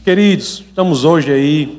Queridos, estamos hoje aí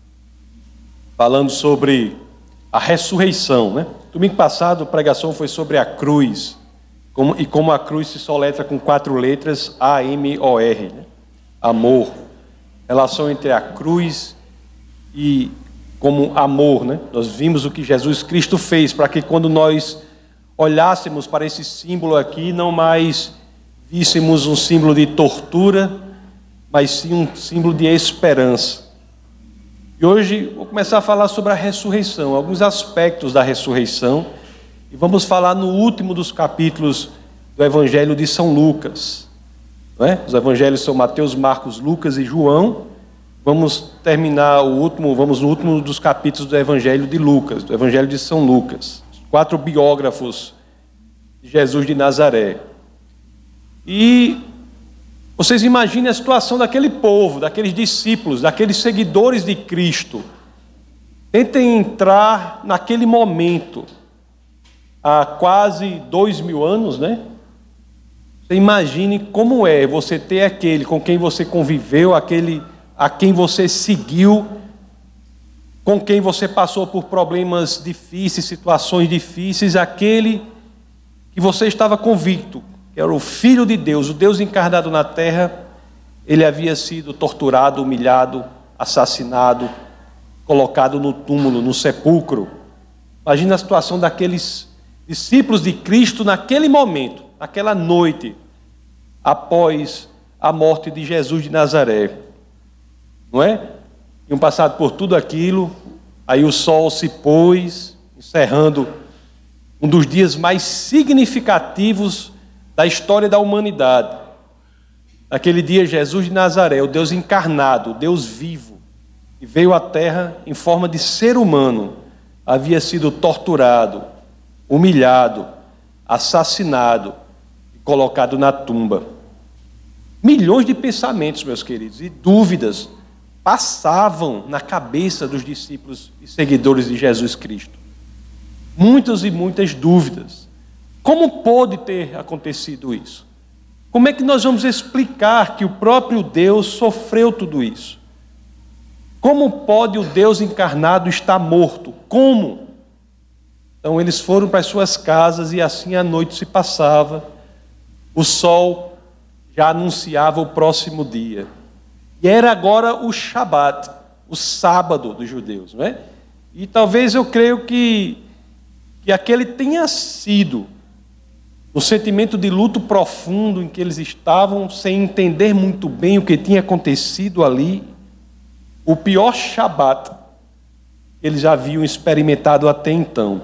falando sobre a ressurreição, né? Domingo passado a pregação foi sobre a cruz, como a cruz se soletra com 4 letras, A-M-O-R, né? Amor, relação entre a cruz e como amor, né? Nós vimos o que Jesus Cristo fez para que quando nós olhássemos para esse símbolo aqui, não mais víssemos um símbolo de tortura, mas sim um símbolo de esperança. E hoje vou começar a falar sobre a ressurreição, alguns aspectos da ressurreição, e vamos falar no último dos capítulos do Evangelho de São Lucas, não é? Os evangelhos são Mateus, Marcos, Lucas e João. Vamos terminar vamos no último dos capítulos do Evangelho de Lucas, do Evangelho de São Lucas, os 4 biógrafos de Jesus de Nazaré. E vocês imaginem a situação daquele povo, daqueles discípulos, daqueles seguidores de Cristo. Tentem entrar naquele momento, há quase 2000 anos, né? Você imagine como é você ter aquele com quem você conviveu, aquele a quem você seguiu, com quem você passou por problemas difíceis, situações difíceis, aquele que você estava convicto, que era o Filho de Deus, o Deus encarnado na terra. Ele havia sido torturado, humilhado, assassinado, colocado no túmulo, no sepulcro. Imagina a situação daqueles discípulos de Cristo naquele momento, naquela noite, após a morte de Jesus de Nazaré. Não é? Tinham passado por tudo aquilo, aí o sol se pôs, encerrando um dos dias mais significativos da história da humanidade. Naquele dia, Jesus de Nazaré, o Deus encarnado, o Deus vivo, que veio à terra em forma de ser humano, havia sido torturado, humilhado, assassinado e colocado na tumba. Milhões de pensamentos, meus queridos, e dúvidas passavam na cabeça dos discípulos e seguidores de Jesus Cristo. Muitas e muitas dúvidas. Como pode ter acontecido isso? Como é que nós vamos explicar que o próprio Deus sofreu tudo isso? Como pode o Deus encarnado estar morto? Como? Então eles foram para as suas casas e assim a noite se passava. O sol já anunciava o próximo dia. E era agora o Shabat, o sábado dos judeus, não é? E talvez eu creio que aquele tenha sido o sentimento de luto profundo em que eles estavam, sem entender muito bem o que tinha acontecido ali, o pior Shabat que eles já haviam experimentado até então.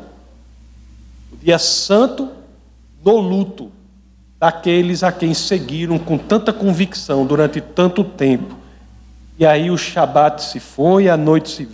O dia santo do luto daqueles a quem seguiram com tanta convicção durante tanto tempo. E aí o Shabat se foi, a noite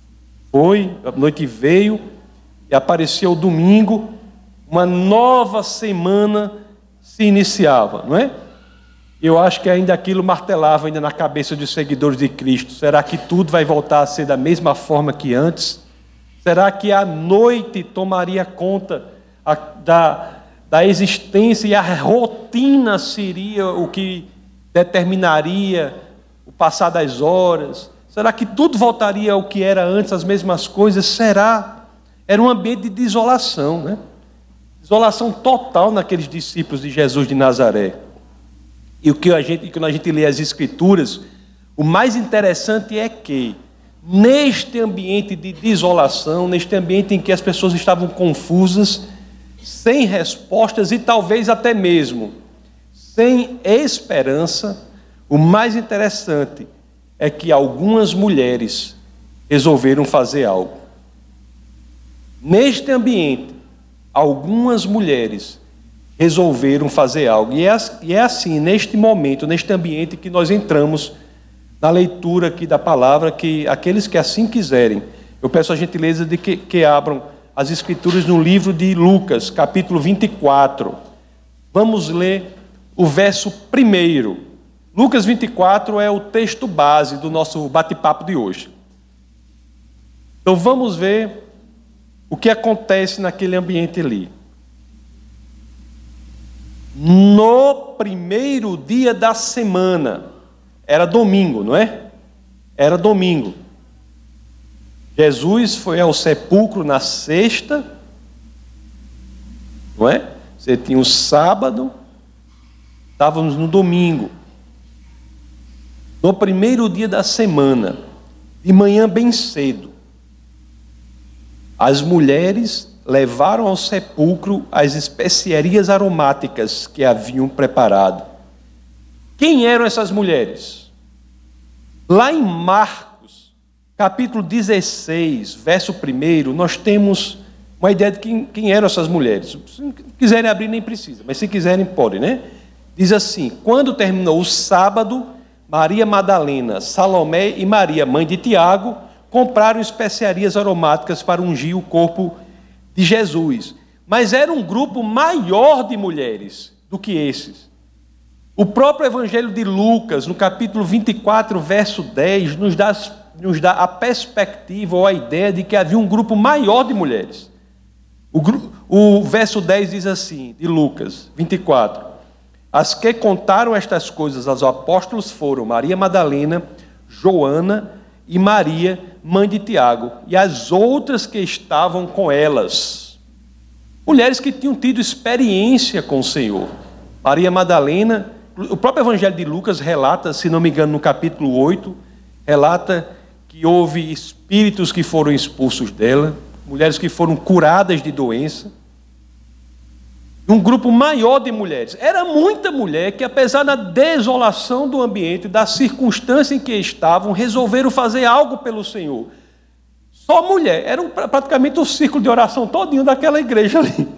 veio, e apareceu o domingo, uma nova semana se iniciava, não é? Eu acho que ainda aquilo martelava ainda na cabeça dos seguidores de Cristo. Será que tudo vai voltar a ser da mesma forma que antes? Será que a noite tomaria conta da existência e a rotina seria o que determinaria o passar das horas? Será que tudo voltaria ao que era antes, as mesmas coisas? Será? Era um ambiente de desolação, né? Desolação total naqueles discípulos de Jesus de Nazaré. E quando a gente lê as Escrituras, o mais interessante é que, neste ambiente de desolação, neste ambiente em que as pessoas estavam confusas, sem respostas e talvez até mesmo sem esperança, o mais interessante é que algumas mulheres resolveram fazer algo. Neste ambiente, algumas mulheres resolveram fazer algo. E é assim, neste momento, neste ambiente, que nós entramos na leitura aqui da palavra, que aqueles que assim quiserem, eu peço a gentileza de que abram as Escrituras no livro de Lucas, capítulo 24. Vamos ler o verso 1. Lucas 24 é o texto base do nosso bate-papo de hoje. Então vamos ver o que acontece naquele ambiente ali. No primeiro dia da semana, era domingo, não é? era domingo. Jesus foi ao sepulcro na sexta, não é? Você tinha o sábado, estávamos no domingo. No primeiro dia da semana, de manhã bem cedo, as mulheres levaram ao sepulcro as especiarias aromáticas que haviam preparado. Quem eram essas mulheres? Lá em Marcos, capítulo 16, verso 1, nós temos uma ideia de quem eram essas mulheres. Se quiserem abrir, nem precisa, mas se quiserem, podem, né? Diz assim: quando terminou o sábado, Maria Madalena, Salomé e Maria, mãe de Tiago, compraram especiarias aromáticas para ungir o corpo de Jesus. Mas era um grupo maior de mulheres do que esses. O próprio Evangelho de Lucas, no capítulo 24, verso 10, nos dá a perspectiva ou a ideia de que havia um grupo maior de mulheres. O verso 10 diz assim, de Lucas 24: as que contaram estas coisas aos apóstolos foram Maria Madalena, Joana e Maria, mãe de Tiago, e as outras que estavam com elas. Mulheres que tinham tido experiência com o Senhor. Maria Madalena, o próprio Evangelho de Lucas relata, se não me engano, no capítulo 8, relata que houve espíritos que foram expulsos dela, mulheres que foram curadas de doença. Um grupo maior de mulheres. Era muita mulher que, apesar da desolação do ambiente, da circunstância em que estavam, resolveram fazer algo pelo Senhor. Só mulher. Era praticamente o círculo de oração todinho daquela igreja ali.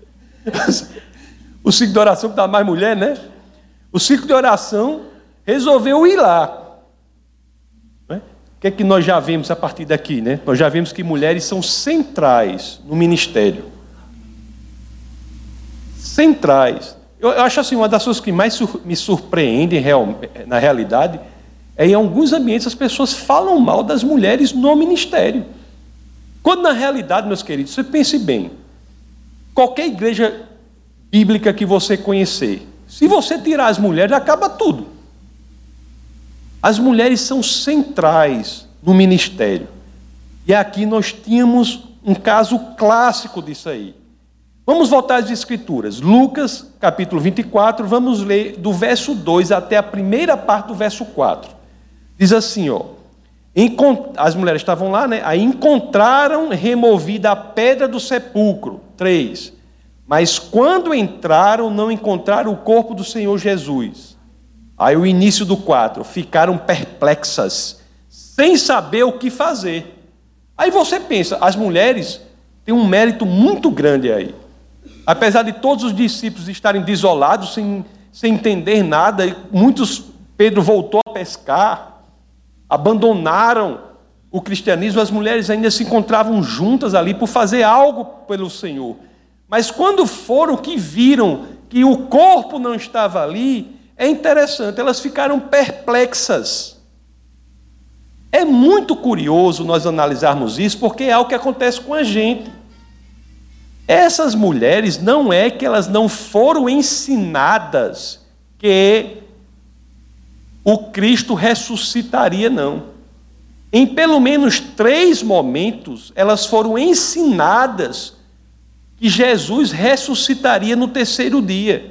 O círculo de oração que dá mais mulher, né? O círculo de oração resolveu ir lá. O que é que nós já vimos a partir daqui, né? Nós já vimos que mulheres são centrais no ministério. Centrais. Eu acho assim, uma das coisas que mais me surpreendem na realidade é em alguns ambientes as pessoas falam mal das mulheres no ministério. Quando na realidade, meus queridos, você pense bem, qualquer igreja bíblica que você conhecer, se você tirar as mulheres, acaba tudo. As mulheres são centrais no ministério. E aqui nós tínhamos um caso clássico disso aí. Vamos voltar às Escrituras. Lucas, capítulo 24, vamos ler do verso 2 até a primeira parte do verso 4. Diz assim, as mulheres estavam lá, né? Aí encontraram removida a pedra do sepulcro. 3. Mas quando entraram, não encontraram o corpo do Senhor Jesus. Aí o início do 4. Ficaram perplexas, sem saber o que fazer. Aí você pensa, as mulheres têm um mérito muito grande aí. Apesar de todos os discípulos estarem desolados, sem entender nada, Pedro voltou a pescar, abandonaram o cristianismo, as mulheres ainda se encontravam juntas ali por fazer algo pelo Senhor. Mas quando foram que viram que o corpo não estava ali, é interessante, elas ficaram perplexas. É muito curioso nós analisarmos isso, porque é algo que acontece com a gente. Essas mulheres, não é que elas não foram ensinadas que o Cristo ressuscitaria, não. Em pelo menos 3 momentos, elas foram ensinadas que Jesus ressuscitaria no 3º dia.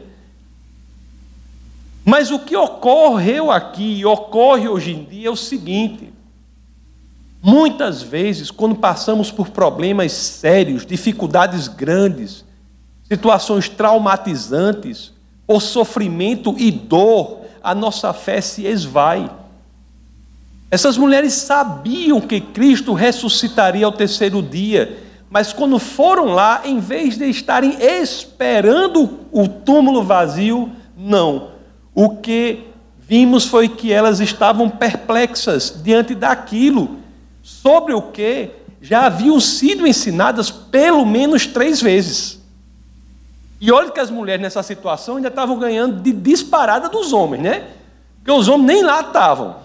Mas o que ocorreu aqui e ocorre hoje em dia é o seguinte: muitas vezes, quando passamos por problemas sérios, dificuldades grandes, situações traumatizantes, por sofrimento e dor, a nossa fé se esvai. Essas mulheres sabiam que Cristo ressuscitaria ao 3º dia, mas quando foram lá, em vez de estarem esperando o túmulo vazio, não. O que vimos foi que elas estavam perplexas diante daquilo, sobre o que já haviam sido ensinadas pelo menos 3 vezes. E olha que as mulheres nessa situação ainda estavam ganhando de disparada dos homens, né? Porque os homens nem lá estavam.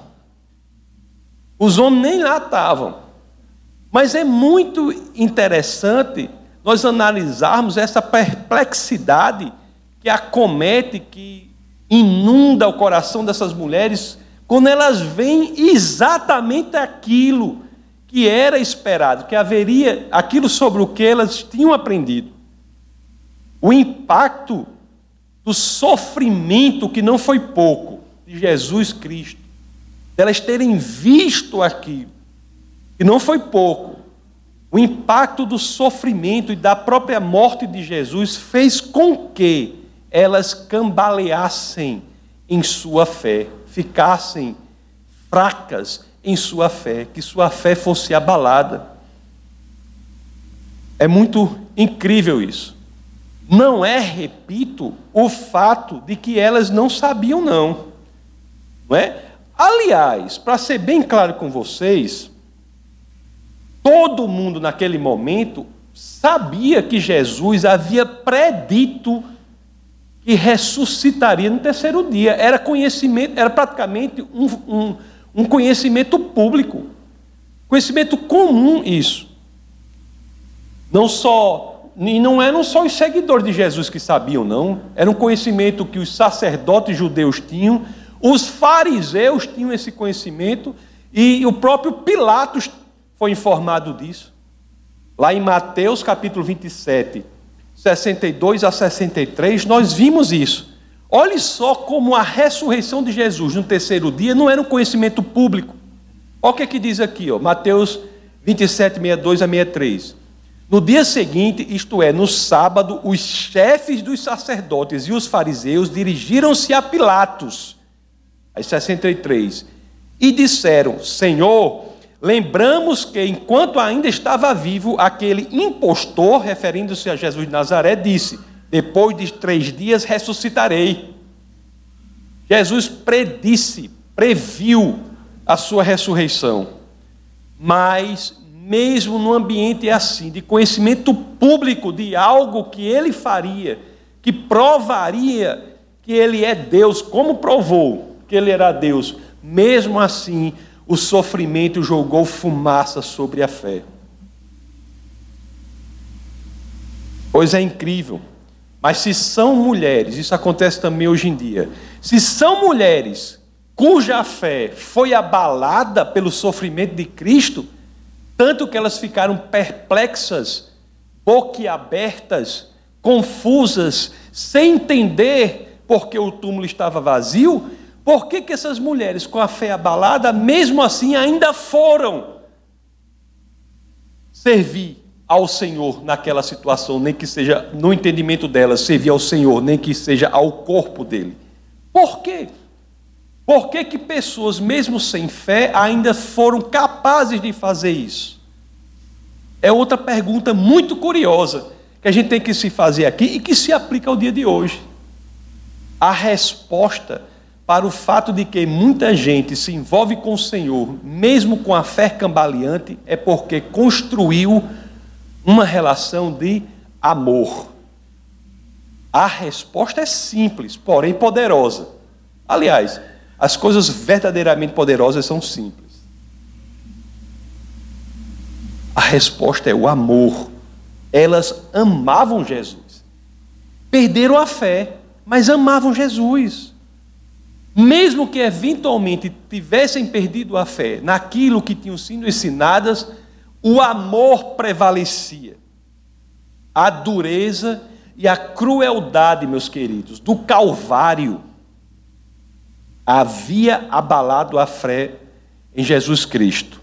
Mas é muito interessante nós analisarmos essa perplexidade que acomete, que inunda o coração dessas mulheres quando elas veem exatamente aquilo que era esperado, que haveria aquilo sobre o que elas tinham aprendido. O impacto do sofrimento, que não foi pouco, de Jesus Cristo, delas terem visto aquilo, que não foi pouco, o impacto do sofrimento e da própria morte de Jesus fez com que elas cambaleassem em sua fé, ficassem fracas em sua fé, que sua fé fosse abalada. É muito incrível isso. Não é, repito, o fato de que elas não sabiam, não é? Aliás, para ser bem claro com vocês, todo mundo naquele momento sabia que Jesus havia predito que ressuscitaria no terceiro dia. Era conhecimento, era praticamente um conhecimento público, conhecimento comum isso. Não eram só os seguidores de Jesus que sabiam, não. Era um conhecimento que os sacerdotes judeus tinham, os fariseus tinham esse conhecimento, e o próprio Pilatos foi informado disso. Lá em Mateus capítulo 27, 62 a 63, nós vimos isso. Olhe só como a ressurreição de Jesus no terceiro dia não era um conhecimento público. Olha o que diz aqui, Mateus 27, 62 a 63. No dia seguinte, isto é, no sábado, os chefes dos sacerdotes e os fariseus dirigiram-se a Pilatos, às 63, e disseram: Senhor, lembramos que, enquanto ainda estava vivo, aquele impostor, referindo-se a Jesus de Nazaré, disse: depois de 3 dias ressuscitarei. Jesus previu a sua ressurreição. Mas, mesmo num ambiente assim, de conhecimento público de algo que ele faria, que provaria que ele é Deus, como provou que ele era Deus, mesmo assim, o sofrimento jogou fumaça sobre a fé. Pois é incrível. Mas se são mulheres, isso acontece também hoje em dia, se são mulheres cuja fé foi abalada pelo sofrimento de Cristo, tanto que elas ficaram perplexas, boquiabertas, confusas, sem entender por que o túmulo estava vazio, por que essas mulheres com a fé abalada, mesmo assim, ainda foram servir ao Senhor naquela situação, nem que seja, no entendimento delas, servir ao Senhor, nem que seja ao corpo dele? Por quê? Por que pessoas, mesmo sem fé, ainda foram capazes de fazer isso? É outra pergunta muito curiosa, que a gente tem que se fazer aqui e que se aplica ao dia de hoje. A resposta para o fato de que muita gente se envolve com o Senhor, mesmo com a fé cambaleante, é porque construiu uma relação de amor. A resposta é simples, porém poderosa. Aliás, as coisas verdadeiramente poderosas são simples. A resposta é o amor. Elas amavam Jesus. Perderam a fé, mas amavam Jesus. Mesmo que eventualmente tivessem perdido a fé naquilo que tinham sido ensinadas, o amor prevalecia. A dureza e a crueldade, meus queridos, do Calvário havia abalado a fé em Jesus Cristo,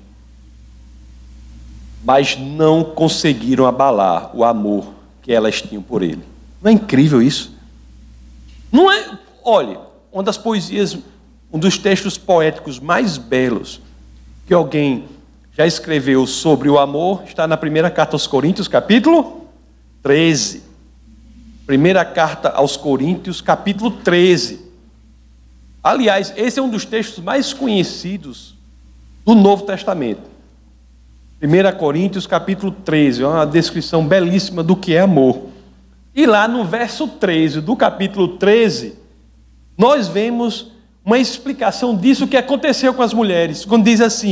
mas não conseguiram abalar o amor que elas tinham por Ele. Não é incrível isso? Não é? Olha, uma das poesias, um dos textos poéticos mais belos que alguém já escreveu sobre o amor está na primeira carta aos Coríntios, capítulo 13. Primeira carta aos Coríntios, capítulo 13. Aliás, esse é um dos textos mais conhecidos do Novo Testamento. 1 Coríntios, capítulo 13, é uma descrição belíssima do que é amor. E lá no verso 13 do capítulo 13, nós vemos uma explicação disso que aconteceu com as mulheres, quando diz assim,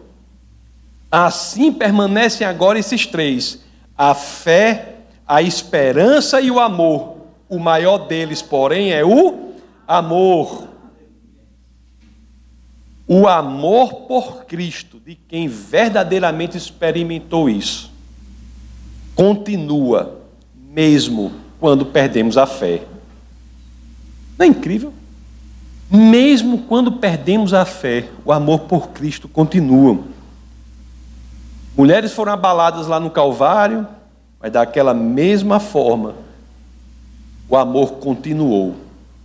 assim permanecem agora esses 3, a fé, a esperança e o amor. O maior deles, porém, é o amor. O amor por Cristo, de quem verdadeiramente experimentou isso, continua mesmo quando perdemos a fé. Não é incrível? Mesmo quando perdemos a fé, o amor por Cristo continua. Mulheres foram abaladas lá no Calvário, mas daquela mesma forma, o amor continuou.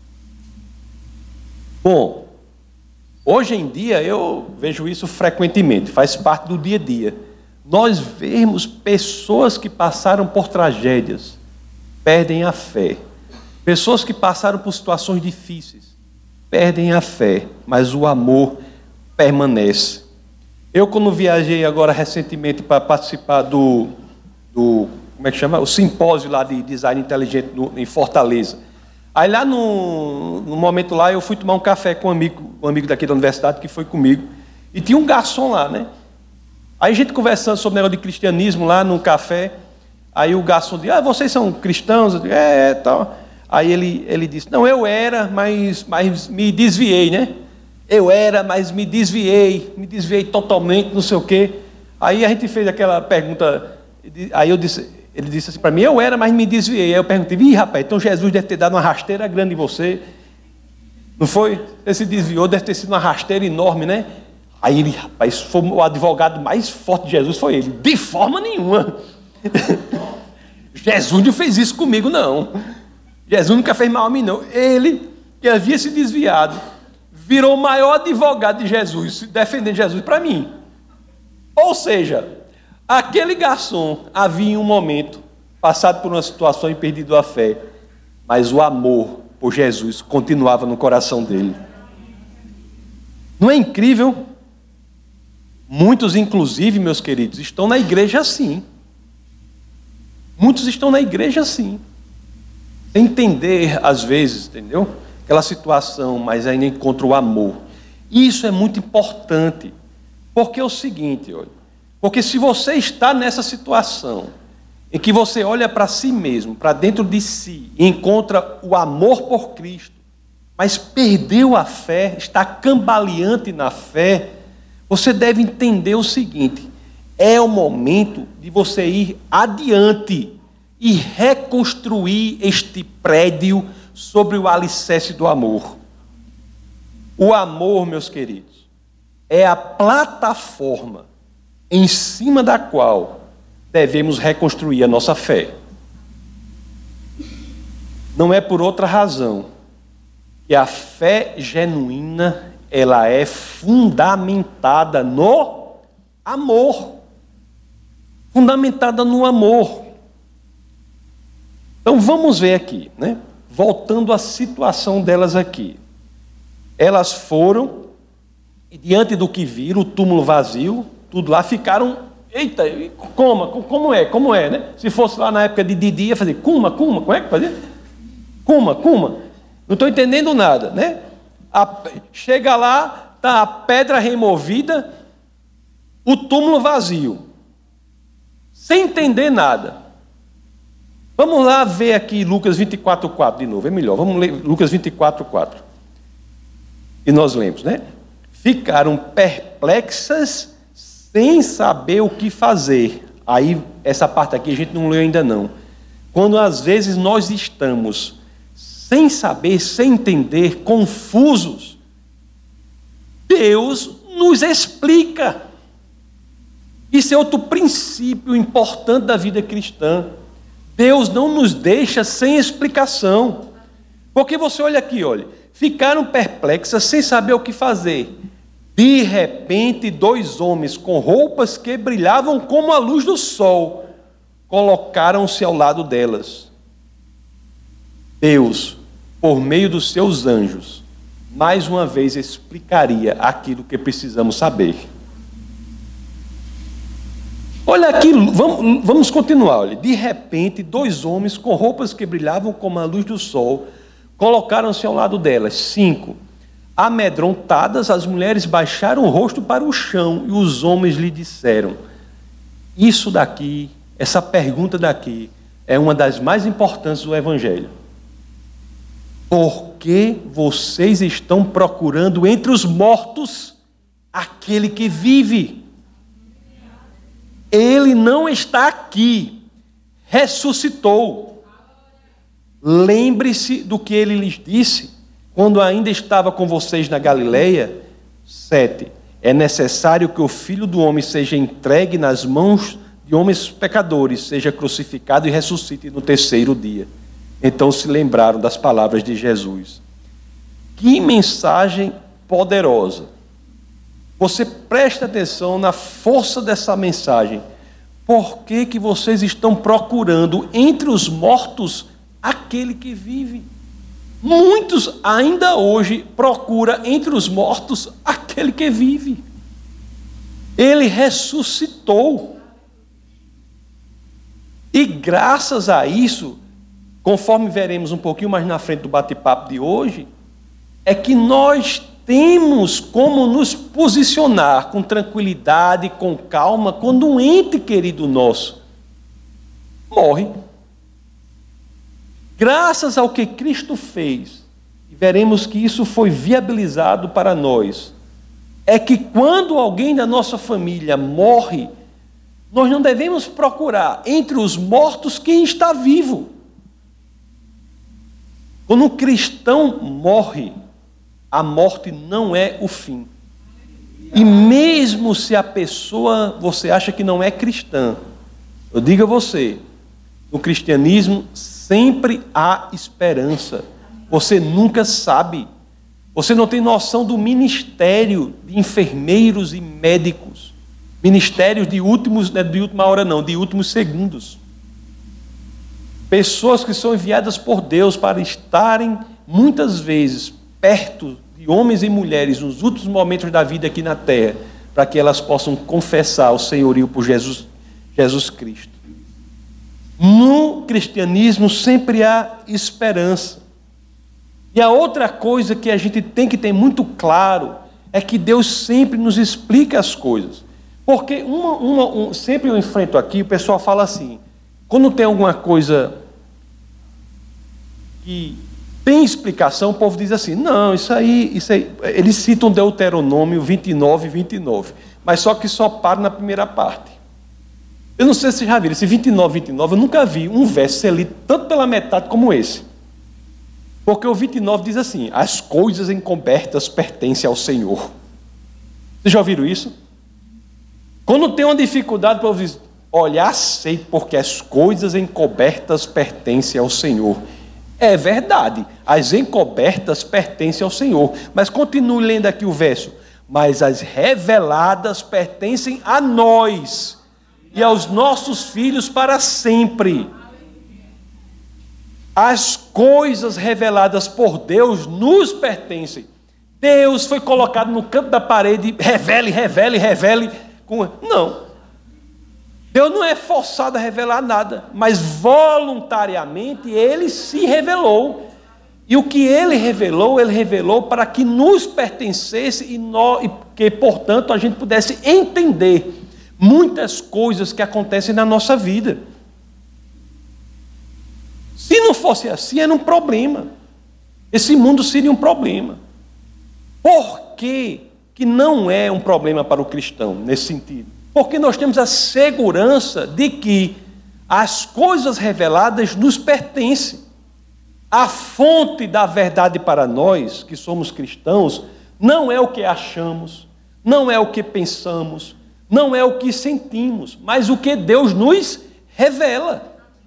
Bom, hoje em dia eu vejo isso frequentemente, faz parte do dia a dia. Nós vemos pessoas que passaram por tragédias, perdem a fé. Pessoas que passaram por situações difíceis, perdem a fé, mas o amor permanece. Eu, quando viajei agora recentemente para participar do como é que chama? O simpósio lá de design inteligente em Fortaleza. Aí lá no momento lá, eu fui tomar um café com um amigo daqui da universidade que foi comigo. E tinha um garçom lá, né? Aí a gente conversando sobre o negócio de cristianismo lá no café. Aí o garçom disse, vocês são cristãos? Eu digo, tal. Aí ele disse, não, eu era, mas me desviei, né? Eu era, mas me desviei totalmente, não sei o quê. Aí a gente fez aquela pergunta, aí ele disse assim para mim, eu era, mas me desviei. Aí eu perguntei, rapaz, então Jesus deve ter dado uma rasteira grande em você. Não foi? Você se desviou, deve ter sido uma rasteira enorme, né? Aí ele, rapaz, foi o advogado mais forte de Jesus, foi ele. De forma nenhuma. Jesus não fez isso comigo, não. Jesus nunca fez mal a mim, não. Ele, que havia se desviado, virou o maior advogado de Jesus, defendendo Jesus para mim. Ou seja, aquele garçom havia em um momento passado por uma situação e perdido a fé, mas o amor por Jesus continuava no coração dele. Não é incrível? Muitos, inclusive, meus queridos, estão na igreja assim. Muitos estão na igreja assim. Sem entender, às vezes, entendeu? Aquela situação, mas ainda encontra o amor. Isso é muito importante. Porque é o seguinte, olha. Porque se você está nessa situação, em que você olha para si mesmo, para dentro de si, e encontra o amor por Cristo, mas perdeu a fé, está cambaleante na fé, você deve entender o seguinte: é o momento de você ir adiante e reconstruir este prédio sobre o alicerce do amor. O amor, meus queridos, é a plataforma em cima da qual devemos reconstruir a nossa fé. Não é por outra razão que a fé genuína, ela é fundamentada no amor. Fundamentada no amor. Então vamos ver aqui, né? Voltando à situação delas aqui. Elas foram, e diante do que viram, o túmulo vazio, tudo lá, ficaram, eita, como é, né? Se fosse lá na época de Didi, ia fazer, como é que fazia? Kuma, não estou entendendo nada, né? Chega lá, está a pedra removida, o túmulo vazio, sem entender nada. Vamos lá ver aqui Lucas 24:4 de novo, é melhor, vamos ler Lucas 24:4. E nós lemos, né? Ficaram perplexas, sem saber o que fazer. Aí, essa parte aqui a gente não leu ainda não. Quando às vezes nós estamos sem saber, sem entender, confusos, Deus nos explica. Isso é outro princípio importante da vida cristã. Deus não nos deixa sem explicação. Porque você olha aqui, olha, ficaram perplexas sem saber o que fazer. De repente, 2 homens com roupas que brilhavam como a luz do sol colocaram-se ao lado delas. Deus, por meio dos seus anjos, mais uma vez explicaria aquilo que precisamos saber. Olha aqui, vamos continuar. Olha. De repente, 2 homens com roupas que brilhavam como a luz do sol colocaram-se ao lado delas. 5. Amedrontadas, as mulheres baixaram o rosto para o chão e os homens lhe disseram: isso daqui, essa pergunta daqui, é uma das mais importantes do Evangelho. Por que vocês estão procurando entre os mortos aquele que vive. Ele não está aqui, ressuscitou. Lembre-se do que ele lhes disse quando ainda estava com vocês na Galileia. 7. É necessário que o Filho do Homem seja entregue nas mãos de homens pecadores, seja crucificado e ressuscite no terceiro dia. Então se lembraram das palavras de Jesus. Que mensagem poderosa! Você presta atenção na força dessa mensagem. Por que que vocês estão procurando entre os mortos aquele que vive? Muitos ainda hoje procuram entre os mortos aquele que vive. Ele ressuscitou. E graças a isso, conforme veremos um pouquinho mais na frente do bate-papo de hoje, é que nós temos como nos posicionar com tranquilidade, com calma, quando um ente querido nosso morre. Graças ao que Cristo fez, e veremos que isso foi viabilizado para nós, é que quando alguém da nossa família morre, nós não devemos procurar entre os mortos quem está vivo. Quando um cristão morre, a morte não é o fim. E mesmo se a pessoa, você acha que não é cristã, eu digo a você, no cristianismo sempre há esperança. Você nunca sabe. Você não tem noção do ministério de enfermeiros e médicos. Ministérios de últimos, não é de última hora não, de últimos segundos. Pessoas que são enviadas por Deus para estarem, muitas vezes, perto de homens e mulheres nos últimos momentos da vida aqui na terra, para que elas possam confessar o senhorio por Jesus Cristo. No cristianismo sempre há esperança. E a outra coisa que a gente tem que ter muito claro é que Deus sempre nos explica as coisas. Porque sempre eu enfrento aqui, o pessoal fala assim, quando tem alguma coisa que tem explicação, o povo diz assim, não, isso aí, eles citam Deuteronômio 29, 29, mas só que só para na primeira parte. Eu não sei se vocês já viram, esse 29, 29, eu nunca vi um verso ser lido tanto pela metade como esse. Porque o 29 diz assim, as coisas encobertas pertencem ao Senhor. Vocês já ouviram isso? Quando tem uma dificuldade, o povo diz, olha, aceite, porque as coisas encobertas pertencem ao Senhor. É verdade, as encobertas pertencem ao Senhor. Mas continue lendo aqui o verso. Mas as reveladas pertencem a nós e aos nossos filhos para sempre. As coisas reveladas por Deus nos pertencem. Deus foi colocado no canto da parede, revele, revele, revele. Não. Deus não é forçado a revelar nada, mas voluntariamente Ele se revelou. E o que Ele revelou para que nos pertencesse e que, portanto, a gente pudesse entender muitas coisas que acontecem na nossa vida. Se não fosse assim, era um problema. Esse mundo seria um problema. Por que não é um problema para o cristão, nesse sentido? Porque nós temos a segurança de que as coisas reveladas nos pertencem. A fonte da verdade para nós, que somos cristãos, não é o que achamos, não é o que pensamos, não é o que sentimos, mas o que Deus nos revela.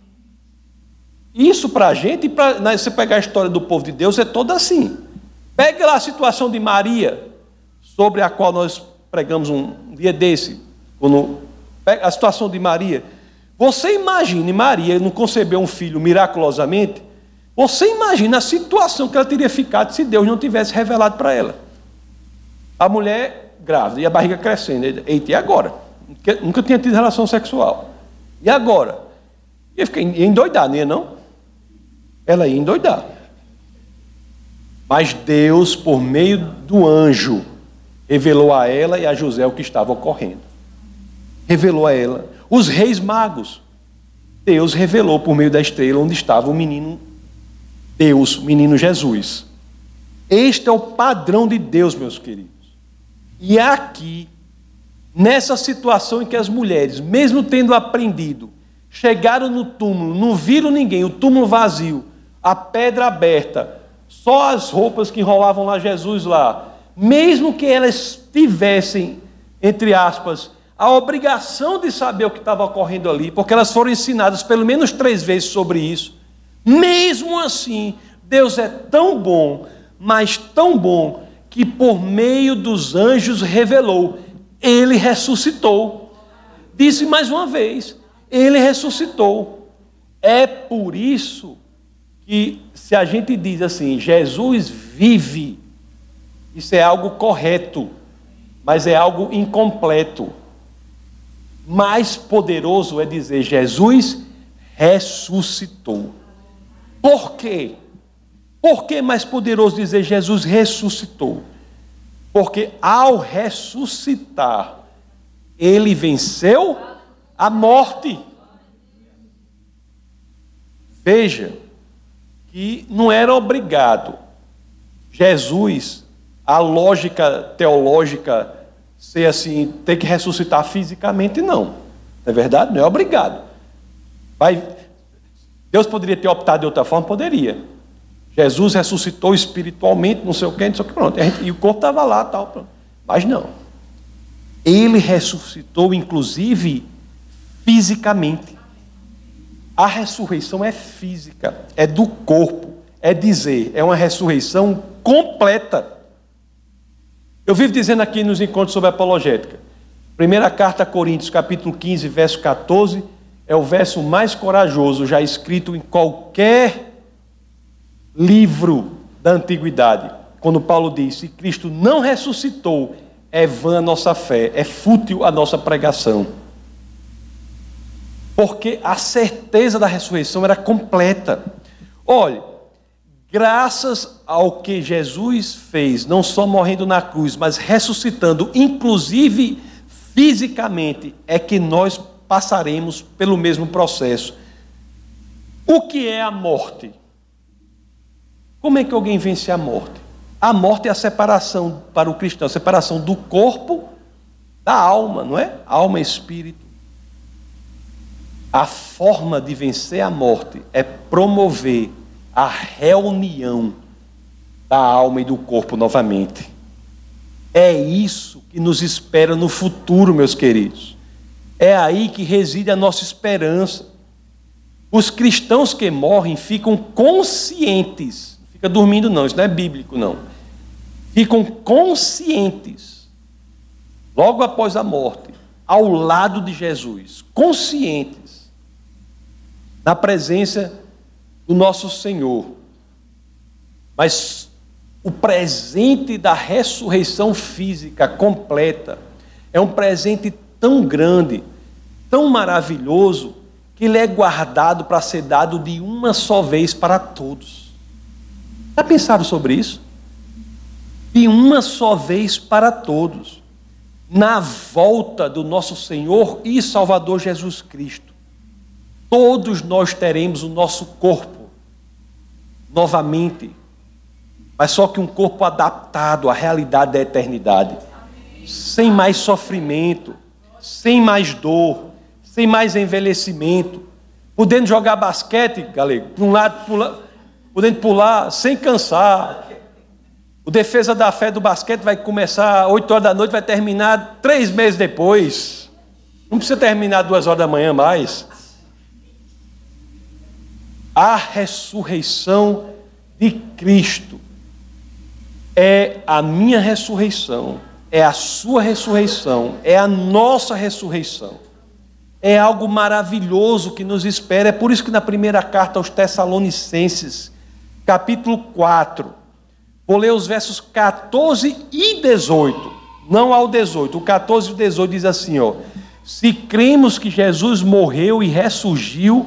Isso para a gente, você pegar a história do povo de Deus, é toda assim. Pegue lá a situação de Maria, sobre a qual nós pregamos um dia desse, a situação de Maria. Você imagine, Maria não concebeu um filho miraculosamente? Você imagina a situação que ela teria ficado se Deus não tivesse revelado para ela. A mulher grávida e a barriga crescendo. Eita, e agora? Nunca tinha tido relação sexual. E agora? Ia endoidar, não ia não? Ela ia endoidar. Mas Deus, por meio do anjo, revelou a ela e a José o que estava ocorrendo. Revelou a ela. Os reis magos, Deus revelou por meio da estrela onde estava o menino Deus, o menino Jesus. Este é o padrão de Deus, meus queridos. E aqui, nessa situação em que as mulheres, mesmo tendo aprendido, chegaram no túmulo, não viram ninguém, o túmulo vazio, a pedra aberta, só as roupas que enrolavam lá Jesus lá, mesmo que elas tivessem, entre aspas, a obrigação de saber o que estava ocorrendo ali, porque elas foram ensinadas pelo menos 3 vezes sobre isso, mesmo assim, Deus é tão bom, mas tão bom, que por meio dos anjos revelou, Ele ressuscitou. Disse mais uma vez, Ele ressuscitou. É por isso que se a gente diz assim, Jesus vive, isso é algo correto, mas é algo incompleto. Mais poderoso é dizer Jesus ressuscitou. Por quê? Por que mais poderoso dizer Jesus ressuscitou? Porque ao ressuscitar, Ele venceu a morte. Veja que não era obrigado Jesus, a lógica teológica, ser assim, ter que ressuscitar fisicamente, não. Não é verdade? Não é obrigado. Deus poderia ter optado de outra forma? Poderia. Jesus ressuscitou espiritualmente, não sei o que, não sei o que, pronto. E o corpo estava lá, tal, pronto. Mas não. Ele ressuscitou, inclusive, fisicamente. A ressurreição é física, é do corpo, é dizer, é uma ressurreição completa. Eu vivo dizendo aqui nos encontros sobre apologética. Primeira carta a Coríntios, capítulo 15, verso 14, é o verso mais corajoso já escrito em qualquer livro da antiguidade. Quando Paulo diz, se Cristo não ressuscitou, é vã a nossa fé, é fútil a nossa pregação. Porque a certeza da ressurreição era completa. Olha, graças ao que Jesus fez, não só morrendo na cruz, mas ressuscitando, inclusive fisicamente, é que nós passaremos pelo mesmo processo. O que é a morte? Como é que alguém vence a morte? A morte é a separação para o cristão, a separação do corpo da alma, não é? Alma e espírito. A forma de vencer a morte é promover a reunião da alma e do corpo novamente. É isso que nos espera no futuro, meus queridos. É aí que reside a nossa esperança. Os cristãos que morrem ficam conscientes, não fica dormindo não, isso não é bíblico não. Ficam conscientes, logo após a morte, ao lado de Jesus, conscientes, na presença do nosso Senhor. Mas o presente da ressurreição física completa é um presente tão grande, tão maravilhoso, que ele é guardado para ser dado de uma só vez para todos. Já pensaram sobre isso? De uma só vez para todos. Na volta do nosso Senhor e Salvador Jesus Cristo, todos nós teremos o nosso corpo novamente, mas só que um corpo adaptado à realidade da eternidade, sem mais sofrimento, sem mais dor, sem mais envelhecimento, podendo jogar basquete, galego, para um lado, podendo pular sem cansar. O Defesa da Fé do basquete vai começar às 8 horas da noite, vai terminar 3 meses depois. Não precisa terminar 2 horas da manhã mais. A ressurreição de Cristo é a minha ressurreição, é a sua ressurreição, é a nossa ressurreição. É algo maravilhoso que nos espera. É por isso que na primeira carta aos Tessalonicenses, capítulo 4, vou ler os versos 14 e 18, não ao 18, o 14 e o 18 diz assim, ó: se cremos que Jesus morreu e ressurgiu,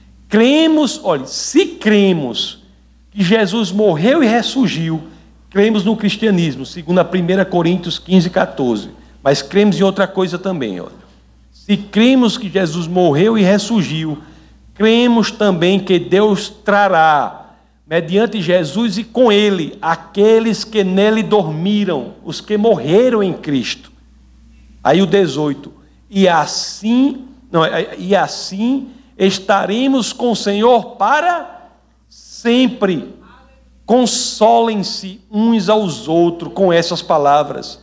se cremos que Jesus morreu e ressurgiu, cremos no cristianismo, segundo a 1 Coríntios 15, 14, mas cremos em outra coisa também, ó. Se cremos que Jesus morreu e ressurgiu, cremos também que Deus trará mediante Jesus e com ele, aqueles que nele dormiram, os que morreram em Cristo. Aí o 18, e assim estaremos com o Senhor para sempre. Consolem-se uns aos outros com essas palavras.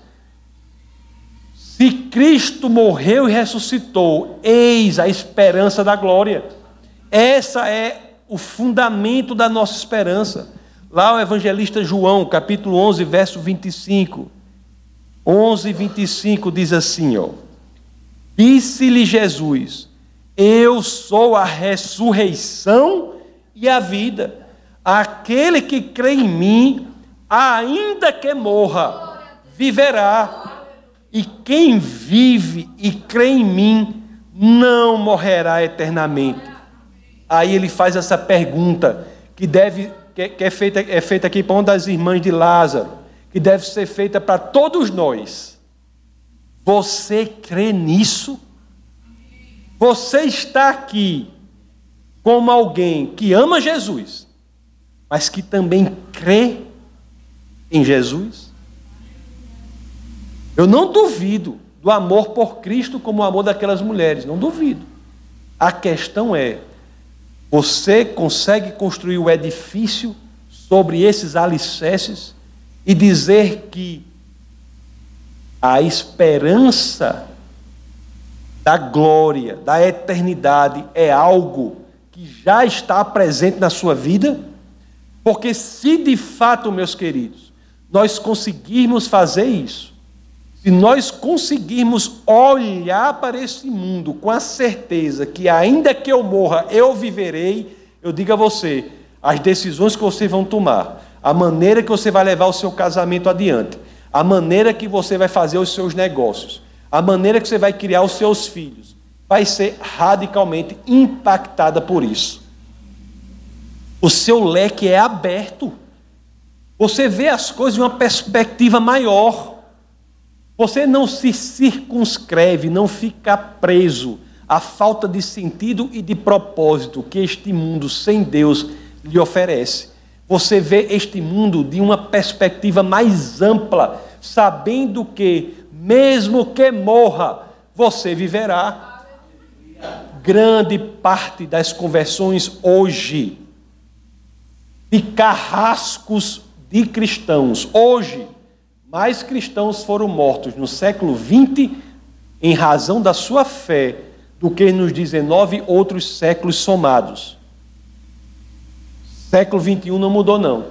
Se Cristo morreu e ressuscitou, eis a esperança da glória. Essa é o fundamento da nossa esperança. Lá o evangelista João, capítulo 11, verso 25. 11, 25 diz assim, disse-lhe Jesus, eu sou a ressurreição e a vida. Aquele que crê em mim, ainda que morra, viverá. E quem vive e crê em mim, não morrerá eternamente. Aí ele faz essa pergunta, que é feita aqui para uma das irmãs de Lázaro, que deve ser feita para todos nós. Você crê nisso? Você está aqui como alguém que ama Jesus, mas que também crê em Jesus? Eu não duvido do amor por Cristo como o amor daquelas mulheres, não duvido. A questão é, você consegue construir o edifício sobre esses alicerces e dizer que a esperança da glória, da eternidade é algo que já está presente na sua vida? Porque se de fato, meus queridos, nós conseguirmos fazer isso, se nós conseguirmos olhar para esse mundo com a certeza que ainda que eu morra, eu viverei, eu digo a você, as decisões que você vai tomar, a maneira que você vai levar o seu casamento adiante, a maneira que você vai fazer os seus negócios, a maneira que você vai criar os seus filhos, vai ser radicalmente impactada por isso. O seu leque é aberto. Você vê as coisas de uma perspectiva maior. Você não se circunscreve, não fica preso à falta de sentido e de propósito que este mundo sem Deus lhe oferece. Você vê este mundo de uma perspectiva mais ampla, sabendo que, mesmo que morra, você viverá. Grande parte das conversões hoje, de carrascos de cristãos, hoje, mais cristãos foram mortos no século XX em razão da sua fé do que nos 19 outros séculos somados. Século XXI não mudou, não.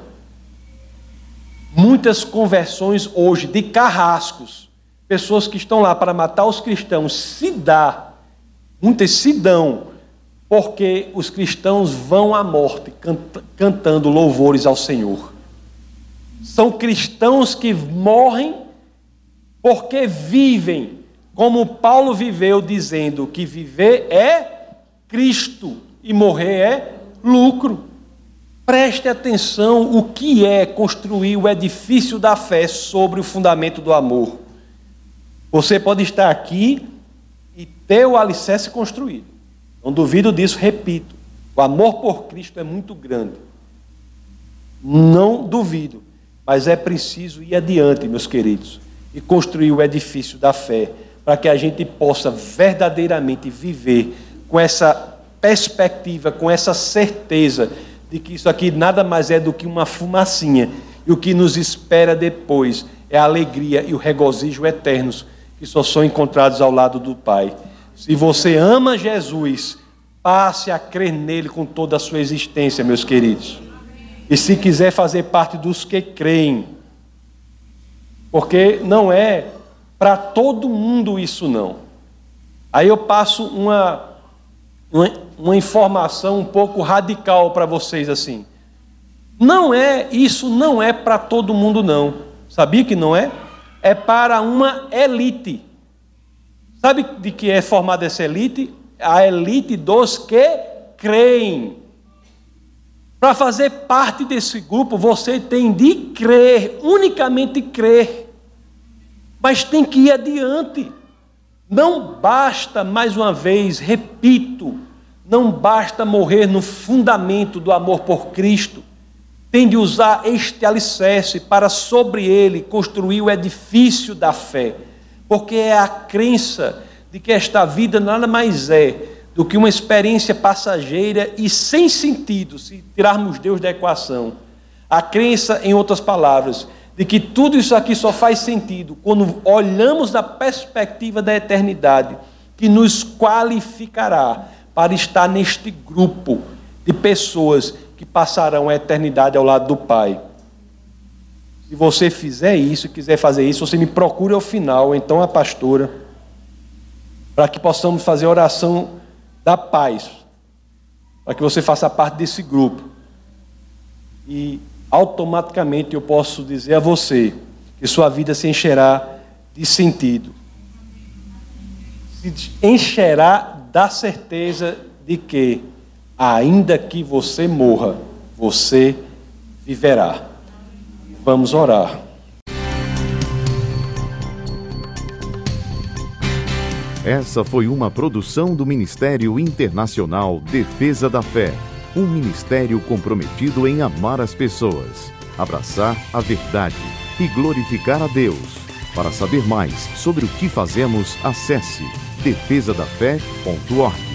Muitas conversões hoje de carrascos, pessoas que estão lá para matar os cristãos, muitas se dão, porque os cristãos vão à morte cantando louvores ao Senhor. São cristãos que morrem porque vivem, como Paulo viveu, dizendo que viver é Cristo e morrer é lucro. Preste atenção o que é construir o edifício da fé sobre o fundamento do amor. Você pode estar aqui e ter o alicerce construído. Não duvido disso, repito. O amor por Cristo é muito grande. Não duvido. Mas é preciso ir adiante, meus queridos, e construir o edifício da fé, para que a gente possa verdadeiramente viver com essa perspectiva, com essa certeza de que isso aqui nada mais é do que uma fumacinha, e o que nos espera depois é a alegria e o regozijo eternos, que só são encontrados ao lado do Pai. Se você ama Jesus, passe a crer nele com toda a sua existência, meus queridos. E se quiser fazer parte dos que creem, porque não é para todo mundo isso não. Aí eu passo uma informação um pouco radical para vocês assim. Isso não é para todo mundo não. Sabia que não é? É para uma elite. Sabe de que é formada essa elite? A elite dos que creem. Para fazer parte desse grupo, você tem de crer, unicamente crer. Mas tem que ir adiante. Não basta, mais uma vez, repito, não basta morrer no fundamento do amor por Cristo. tem de usar este alicerce para sobre ele construir o edifício da fé, porque é a crença de que esta vida nada mais é do que uma experiência passageira e sem sentido, se tirarmos Deus da equação. A crença, em outras palavras, de que tudo isso aqui só faz sentido quando olhamos da perspectiva da eternidade, que nos qualificará para estar neste grupo de pessoas que passarão a eternidade ao lado do Pai. Se você fizer isso, quiser fazer isso, você me procure ao final, então a pastora, para que possamos fazer a oração da paz, para que você faça parte desse grupo. E automaticamente eu posso dizer a você que sua vida se encherá de sentido. Se encherá da certeza de que, ainda que você morra, você viverá. Vamos orar. Essa foi uma produção do Ministério Internacional Defesa da Fé, um ministério comprometido em amar as pessoas, abraçar a verdade e glorificar a Deus. Para saber mais sobre o que fazemos, acesse defesadafé.org.